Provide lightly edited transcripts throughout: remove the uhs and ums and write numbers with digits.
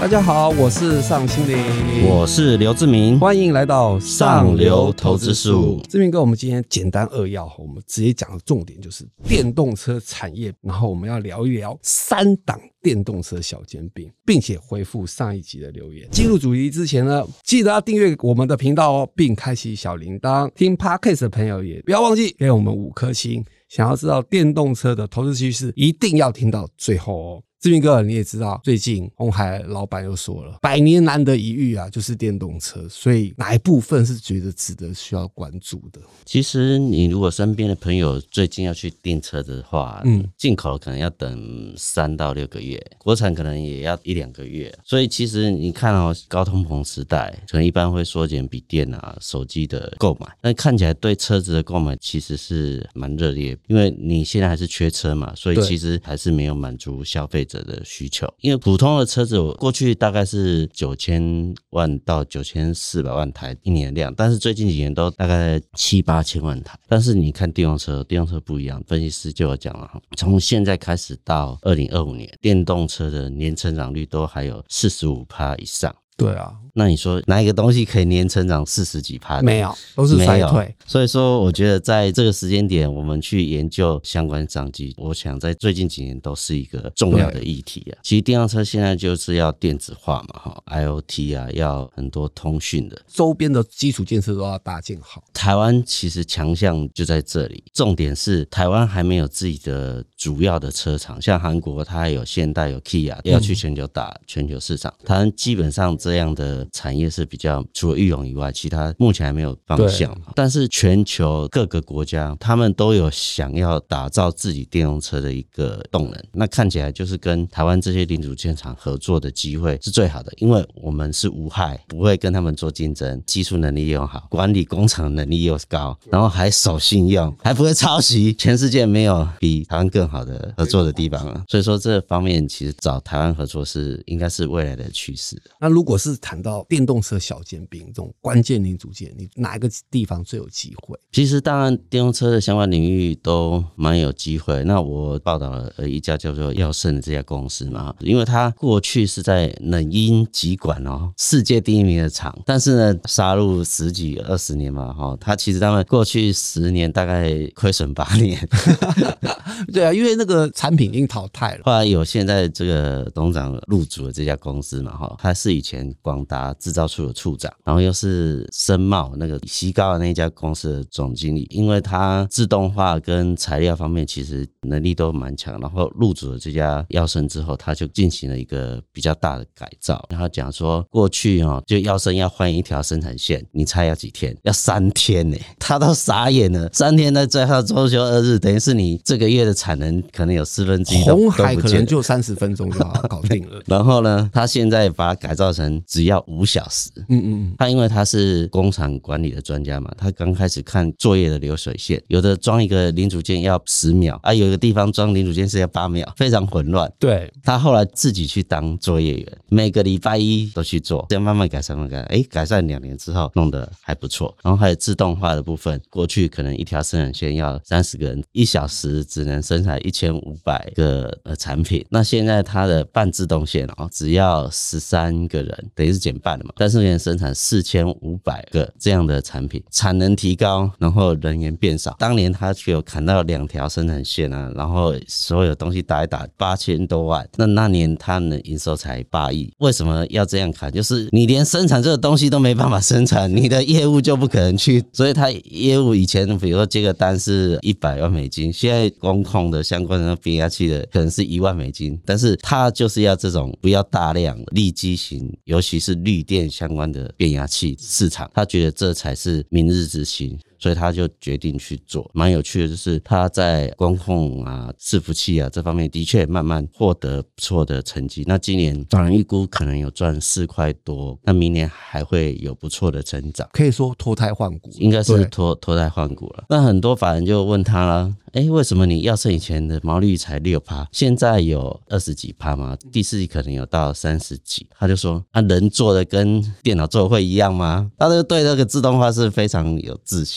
大家好，我是尚清林， 我是刘志明， 欢迎来到上流投资术。 志明哥，我们今天简单扼要，我们直接讲的重点就是电动车产业，然后我们要聊一聊3档电动车小尖兵，并且回复上一集的留言。进入主题之前呢，记得要订阅我们的频道哦，并开启小铃铛。听 Podcast 的朋友也不要忘记给我们5颗星。想要知道电动车的投资趋势，一定要听到最后哦。志明哥，你也知道，最近鸿海老板又说了，100年难得一遇啊，就是电动车，所以哪一部分是觉得值得需要关注的？ 其实你如果身边的朋友最近要去订车的话，进口可能要等3到6个月，国产可能也要1-2个月，所以其实你看哦，高通膨时代，可能一般会缩减笔电啊、手机的购买，但看起来对车子的购买其实是蛮热烈，因为你现在还是缺车嘛，所以其实还是没有满足消费者的需求。因为普通的车子过去大概是9000万到9400万台一年的量，但是最近几年都大概7-8千万台。但是你看电动车不一样，分析师就有讲了，从现在开始到2025年，电动车的年成长率都还有45%以上。 对啊， 那你说哪一个东西可以年成长40几%？ 没有，都是衰退。 所以说我觉得在这个时间点我们去研究相关商机，我想在最近几年都是一个重要的议题啊。其实电动车现在就是要电子化嘛 IoT 啊，要很多通讯的， 周边的基础建设都要搭建好。 台湾其实强项就在这里，重点是台湾还没有自己的主要的车厂，像韩国它有现代有 Kia 要去全球打全球市场，台湾基本上这样的产业是比较除了裕隆以外，其他目前还没有方向。但是全球各个国家他们都有想要打造自己电动车的一个动能，那看起来就是跟台湾这些零组件厂合作的机会是最好的，因为我们是无害，不会跟他们做竞争，技术能力又好，管理工厂能力又高，然后还守信用，还不会抄袭，全世界没有比台湾更好的合作的地方了。所以说这方面其实找台湾合作应该是未来的趋势。 那如果是谈到电动车小尖兵这种关键零组件，你哪一个地方最有机会？ 其实当然电动车的相关领域都蛮有机会。那我报道了一家叫做耀盛的这家公司嘛，因为它过去是在冷阴极管世界第1名的厂，但是呢杀入10几20年嘛，它其实他们过去10年大概亏损8年。 对啊，因为那个产品已经淘汰了。 后来有现在这个董事长入主的这家公司嘛，他是以前广达制造处的处长，然后又是深茂那个西高的那家公司的总经理，因为他自动化跟材料方面其实能力都蛮强，然后入主了这家耀盛之后，他就进行了一个比较大的改造。然后讲说过去就耀盛要换一条生产线，你猜要几天？要3天耶，他都傻眼了。3天在最后周休2日，等于是你这个月的产能可能有1/4都鸿海可能就30分钟就好搞定了。 然后呢，他现在把它改造成只要5小时。他因为他是工厂管理的专家嘛，他刚开始看作业的流水线，有的装一个零组件要10秒啊，有一个地方装零组件是要8秒，非常混乱。 对， 他后来自己去当作业员，每个礼拜1都去做，这样慢慢改善，改善2年之后弄得还不错。然后还有自动化的部分，过去可能一条生产线要30个人，1小时只能生产1500个产品，那现在它的半自动线只要13个人，等于是减半了嘛，但是可以生产4500个这样的产品，产能提高，然后人员变少。当年他就有砍到2条生产线啊，然后所有东西打一打8000多万，那年他的营收才8亿。为什么要这样砍？就是你连生产这个东西都没办法生产，你的业务就不可能去，所以他业务以前比如说接个单是100万美金，现在工控的相关的变压器的可能是1万美金，但是他就是要这种不要大量利基型，尤其是绿电相关的变压器市场，他觉得这才是明日之星。所以他就决定去做。蛮有趣的就是他在光控啊、伺服器啊这方面的确慢慢获得不错的成绩。那今年当然预估可能有赚4块多，那明年还会有不错的成长， 可以说脱胎换骨， 应该是脱胎换骨了。那很多法人就问他了，为什么你耀盛以前的毛利率才 6%， 现在有20几%吗？第四季可能有到30几。他就说人做的跟电脑做的会一样吗？他就对这个自动化是非常有自信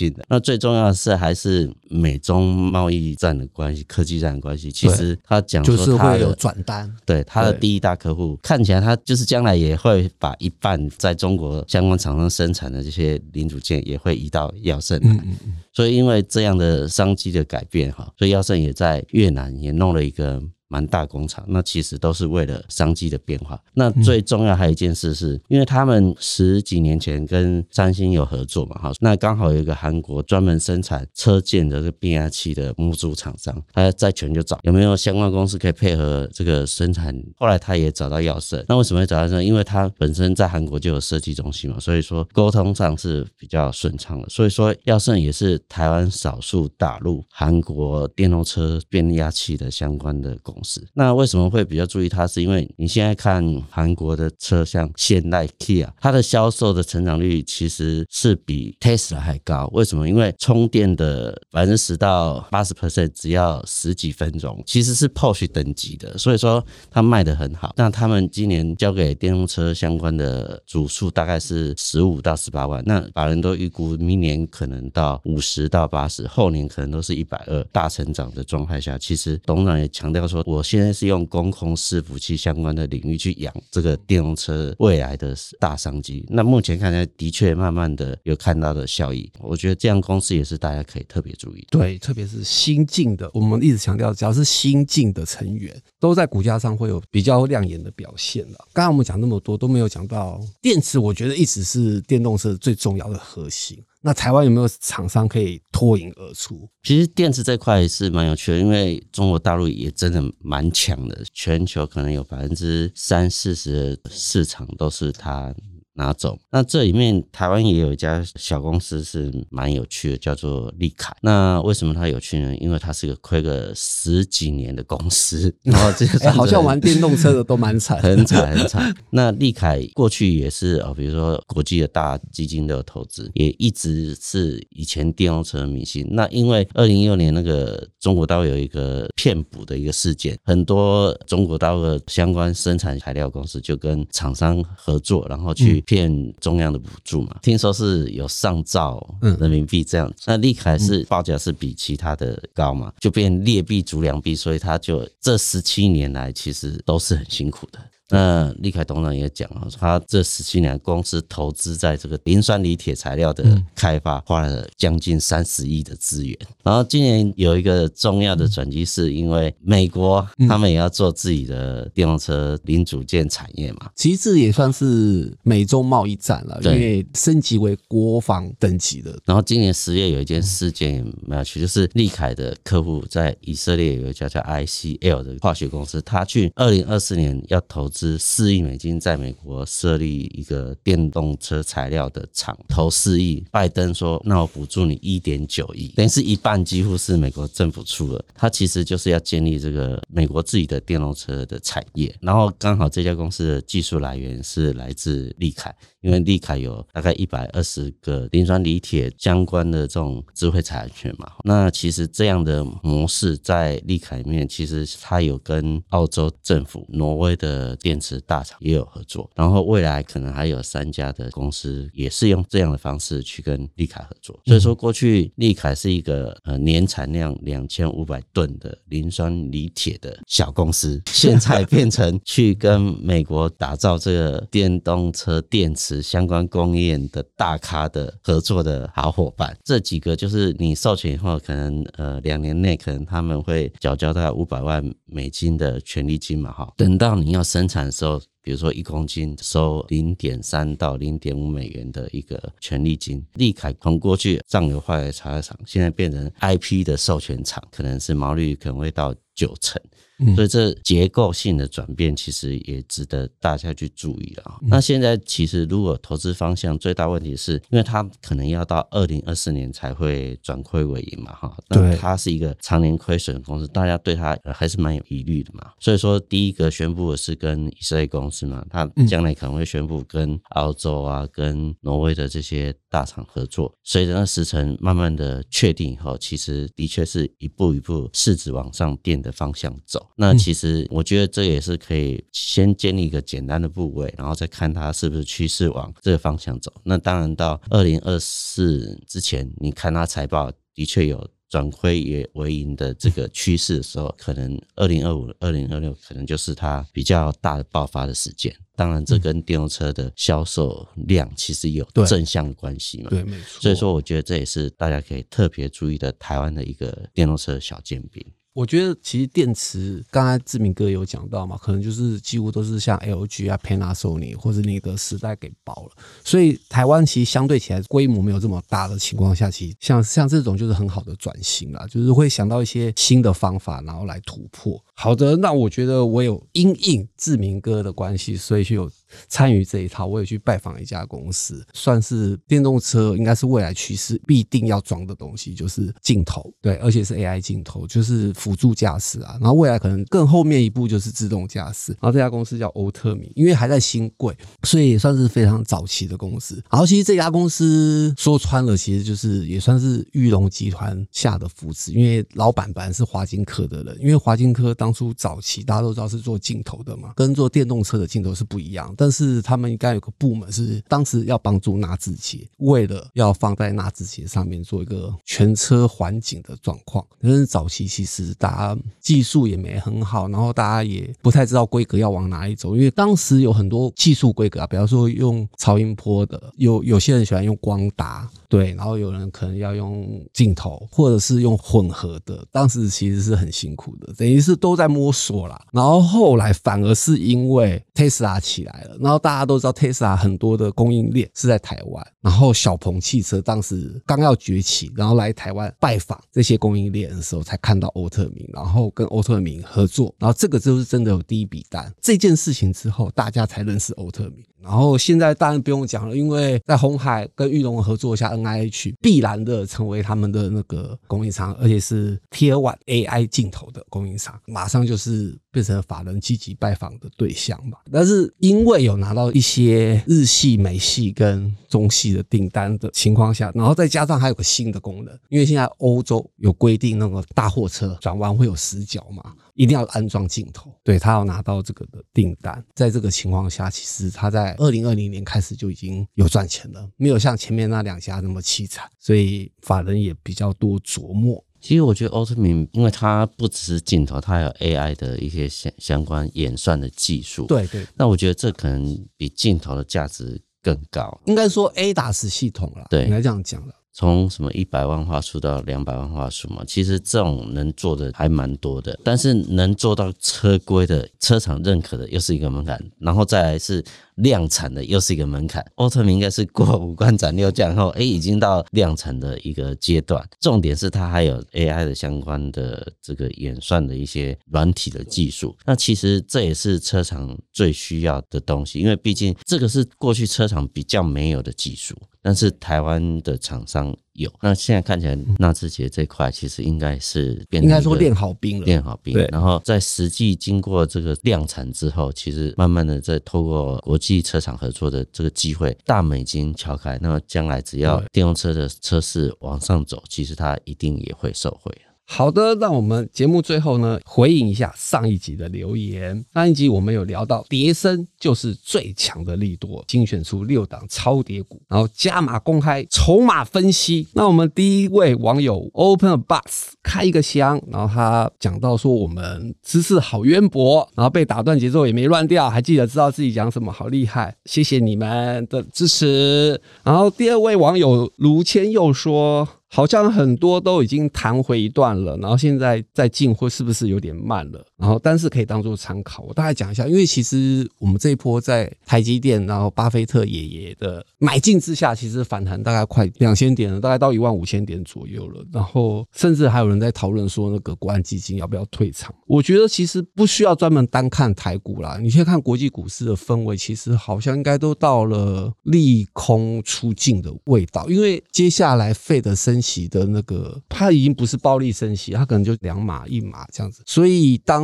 性的。那最重要的是还是美中贸易战的关系、科技战的关系。其实他讲说就是会有转单， 对他的第一大客户，看起来他就是将来也会把一半在中国相关厂商生产的这些零组件也会移到耀盛来。所以因为这样的商机的改变，所以耀盛也在越南也弄了一个蛮大工厂，那其实都是为了商机的变化。那最重要还有一件事是，因为他们10几年前跟三星有合作嘛，那刚好有一个韩国专门生产车件的这个变压器的模组厂商，他在全球找有没有相关公司可以配合这个生产。后来他也找到耀盛，那为什么会找到耀盛？因为他本身在韩国就有设计中心嘛，所以说沟通上是比较顺畅的。所以说耀盛也是台湾少数打入韩国电动车变压器的相关的公司。那为什么会比较注意它？是因为你现在看韩国的车，像现代 Kia， 它的销售的成长率其实是比 Tesla 还高。为什么？因为充电的10%到80% 只要10几分钟，其实是 Porsche 等级的，所以说它卖得很好。那他们今年交给电动车相关的组数大概是15到18万，那法人都预估明年可能到50到80，后年可能都是120，大成长的状态下，其实董事长也强调说，我现在是用公控伺服器相关的领域去养这个电动车未来的大商机。那目前看起来的确慢慢的有看到的效益，我觉得这样公司也是大家可以特别注意。 对，特别是新进的，我们一直强调，只要是新进的成员，都在股价上会有比较亮眼的表现了。刚才我们讲那么多，都没有讲到电池，我觉得一直是电动车最重要的核心。那台湾有没有厂商可以脱颖而出？ 其实电池这块是蛮有趣的，因为中国大陆也真的蛮强的，全球可能有30-40%的市场都是它拿走。那这里面台湾也有一家小公司是蛮有趣的，叫做立凯。那为什么它有趣呢？因为它是个亏个10几年的公司，然后这个好像玩电动车的都蛮惨， 很惨。那立凯过去也是比如说国际的大基金都有投资，也一直是以前电动车的明星。那因为2016年那个中国大陆有一个骗补的一个事件，很多中国大陆的相关生产材料公司就跟厂商合作，然后去骗中央的补助嘛，听说是有上兆人民币这样子。那立凯是报价是比其他的高嘛，就变劣币逐良币，所以他就这17年来其实都是很辛苦的。那立凯董事长也讲了，他这17年公司投资在这个磷酸锂铁材料的开发，花了将近30亿的资源。然后今年有一个重要的转机，是因为美国他们也要做自己的电动车零组件产业嘛。 其实这也算是美中贸易战了，因为升级为国防等级的。 然后今年10月有一件事件也蛮有趣，就是立凯的客户在以色列有一家叫 ICL 的化学公司，他去2024年要投资4亿美金在美国设立一个电动车材料的厂，投4亿。拜登说那我补助你1.9亿，等于是一半几乎是美国政府出了。他其实就是要建立这个美国自己的电动车的产业，然后刚好这家公司的技术来源是来自立凯，因为立凯有大概120个磷酸锂铁相关的这种智慧财产权嘛。那其实这样的模式在立凯里面，其实它有跟澳洲政府、挪威的电池大厂也有合作，然后未来可能还有3家的公司也是用这样的方式去跟立凯合作。所以说过去立凯是一个年产量2500吨的磷酸锂铁的小公司，现在变成去跟美国打造这个电动车电池相关供应链的大咖的合作的好伙伴。这几个就是你授权以后，可能2年内可能他们会缴交大概500万美金的权利金嘛，等到你要生产的时候，比如说1公斤收0.3到0.5美元的一个权利金。立凯从过去上游化学材料厂，现在变成 IP 的授权厂，可能是毛利率可能会到90%。所以这结构性的转变其实也值得大家去注意了。那现在其实如果投资方向最大问题是因为它可能要到2024年才会转亏为盈嘛，那它是一个常年亏损的公司，大家对它还是蛮有疑虑的嘛。所以说第一个宣布的是跟以色列公司嘛，它将来可能会宣布跟澳洲啊跟挪威的这些大厂合作。随着那时程慢慢的确定以后，其实的确是一步一步市值往上垫的方向走。 走。那其实我觉得这也是可以先建立一个简单的部位，然后再看它是不是趋势往这个方向走。那当然到2024之前，你看它财报的确有转亏也为盈的这个趋势的时候，可能2025、2026可能就是它比较大的爆发的时间。当然这跟电动车的销售量其实有正向的关系嘛。 对，没错。 所以说我觉得这也是大家可以特别注意的台湾的一个电动车小尖兵。 我觉得其实电池，刚才志明哥有讲到嘛，可能就是几乎都是像 LG 啊、Panasonic 或者那个时代给包了，所以台湾其实相对起来规模没有这么大的情况下，其实像这种就是很好的转型啦，就是会想到一些新的方法，然后来突破。好的，那我觉得我有因应志明哥的关系，所以就有参与这一套，我也去拜访一家公司，算是电动车应该是未来趋势必定要装的东西，就是镜头，对，而且是 AI 镜头，就是辅助驾驶啊，然后未来可能更后面一步就是自动驾驶。然后这家公司叫欧特米，因为还在新贵，所以也算是非常早期的公司。然后其实这家公司说穿了，其实就是也算是裕隆集团下的扶持，因为老板本来是华金科的人，因为华金科当初早期大家都知道是做镜头的嘛，跟做电动车的镜头是不一样，但是他们应该有个部门是当时要帮助纳智捷，为了要放在纳智捷上面做一个全车环景的状况。但是早期其实大家技术也没很好，然后大家也不太知道规格要往哪里走，因为当时有很多技术规格啊，比方说用超音波的，有些人喜欢用光达，对，然后有人可能要用镜头，或者是用混合的，当时其实是很辛苦的，等于是都在摸索啦。然后后来反而是因为 Tesla 起来了，然后大家都知道 Tesla 很多的供应链是在台湾，然后小鹏汽车当时刚要崛起，然后来台湾拜访这些供应链的时候，才看到欧特明，然后跟欧特明合作，然后这个就是真的有第一笔单。这件事情之后，大家才认识欧特明。然后现在当然不用讲了，因为在鸿海跟裕隆合作下 NIH 必然的成为他们的那个供应商，而且是 Tier 1 AI 镜头的供应商，马上就是变成法人积极拜访的对象嘛。但是因为有拿到一些日系、美系跟中系的订单的情况下，然后再加上还有个新的功能，因为现在欧洲有规定那个大货车转弯会有死角嘛，一定要安装镜头，对，他要拿到这个的订单。在这个情况下，其实他在2020年开始就已经有赚钱了，没有像前面那两家那么凄惨，所以法人也比较多琢磨。 其实我觉得欧特明，因为它不只是镜头，它还有 AI 的一些相关演算的技术。 对对， 那我觉得这可能比镜头的价值更高。 应该说 ADAS 系统啦， 对， 应该这样讲了。 从什么100万画素到200万画素嘛，其实这种能做的还蛮多的，但是能做到车规的车厂认可的又是一个门槛，然后再来是量产的又是一个门槛。欧特明应该是过5关斩6将后，已经到量产的一个阶段。重点是它还有 AI 的相关的这个演算的一些软体的技术。那其实这也是车厂最需要的东西，因为毕竟这个是过去车厂比较没有的技术。但是台湾的厂商有，那现在看起来纳智捷这块其实应该是变成应该说练好兵了， 练好兵。然后在实际经过这个量产之后，其实慢慢的在透过国际车厂合作的这个机会，大门已经敲开。那么将来只要电动车的车市往上走，其实它一定也会受惠。 好的，那我们节目最后呢，回应一下上一集的留言。上一集我们有聊到跌升就是最强的利多，精选出6档超跌股，然后加码公开筹码分析。那我们第一位网友 Open a Box 开一个箱，然后他讲到说我们知识好渊博，然后被打断节奏也没乱掉，还记得知道自己讲什么，好厉害，谢谢你们的支持。然后第二位网友卢谦又说，好像很多都已经弹回一段了，然后现在再进会是不是有点慢了，然后但是可以当做参考。我大概讲一下，因为其实我们这一波在台积电然后巴菲特爷爷的买进之下，其实反弹大概快2000点了，大概到15000点左右了，然后甚至还有人在讨论说那个国安基金要不要退场。我觉得其实不需要专门单看台股啦，你先看国际股市的氛围，其实好像应该都到了利空出尽的味道，因为接下来Fed升息的那个，它已经不是暴力升息，它可能就2码1码这样子，所以当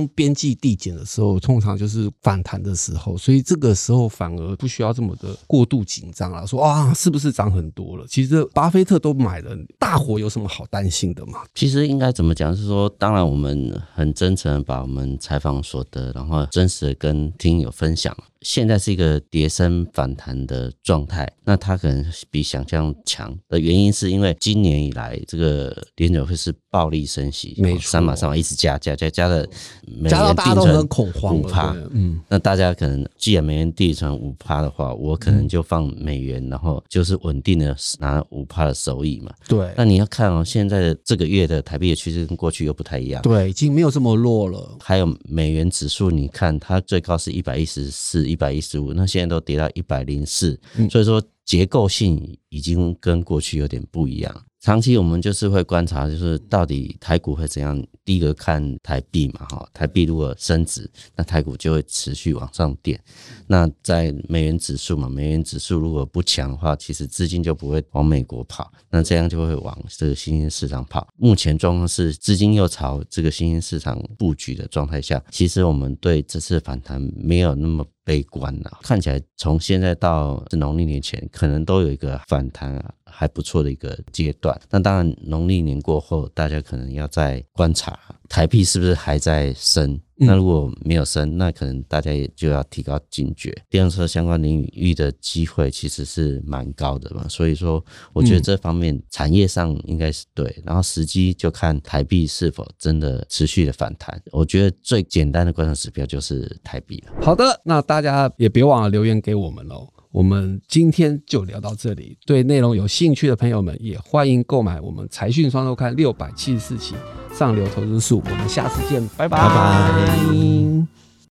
当边际递减的时候，通常就是反弹的时候，所以这个时候反而不需要这么的过度紧张啦，说啊是不是涨很多了？其实巴菲特都买了，大伙有什么好担心的嘛？ 其实应该怎么讲？是说，当然我们很真诚的把我们采访所得，然后真实的跟听友分享。现在是一个跌升反弹的状态，那它可能比想象强的原因是因为今年以来这个联准会是暴力升息， 没错 3码3码一直加的美加到元大家都很恐慌了 5%，那大家可能既然美元定存5%的话，我可能就放美元，然后就是稳定的拿5%的收益嘛。 对， 那你要看哦，现在的这个月的台币的趋势跟过去又不太一样， 对，已经没有这么弱了。 还有美元指数，你看它最高是114、115，那现在都跌到104，所以说结构性已经跟过去有点不一样。长期我们就是会观察，就是到底台股会怎样。第一个看台币嘛，台币如果升值，那台股就会持续往上垫。那在美元指数嘛，美元指数如果不强的话，其实资金就不会往美国跑，那这样就会往这个新兴市场跑。目前状况是资金又朝这个新兴市场布局的状态下，其实我们对这次反弹没有那么悲观啦。看起来从现在到农历年前，可能都有一个反弹还不错的一个阶段。那当然农历年过后，大家可能要再观察台币是不是还在升，那如果没有升，那可能大家也就要提高警觉。电动车相关领域的机会其实是蛮高的嘛，所以说我觉得这方面产业上应该是对，然后时机就看台币是否真的持续的反弹。我觉得最简单的观察指标就是台币了。 好的，那大家也别忘了留言给我们咯。我们今天就聊到这里，对内容有兴趣的朋友们也欢迎购买我们财讯双周刊674期上流投资术。我们下次见，拜拜。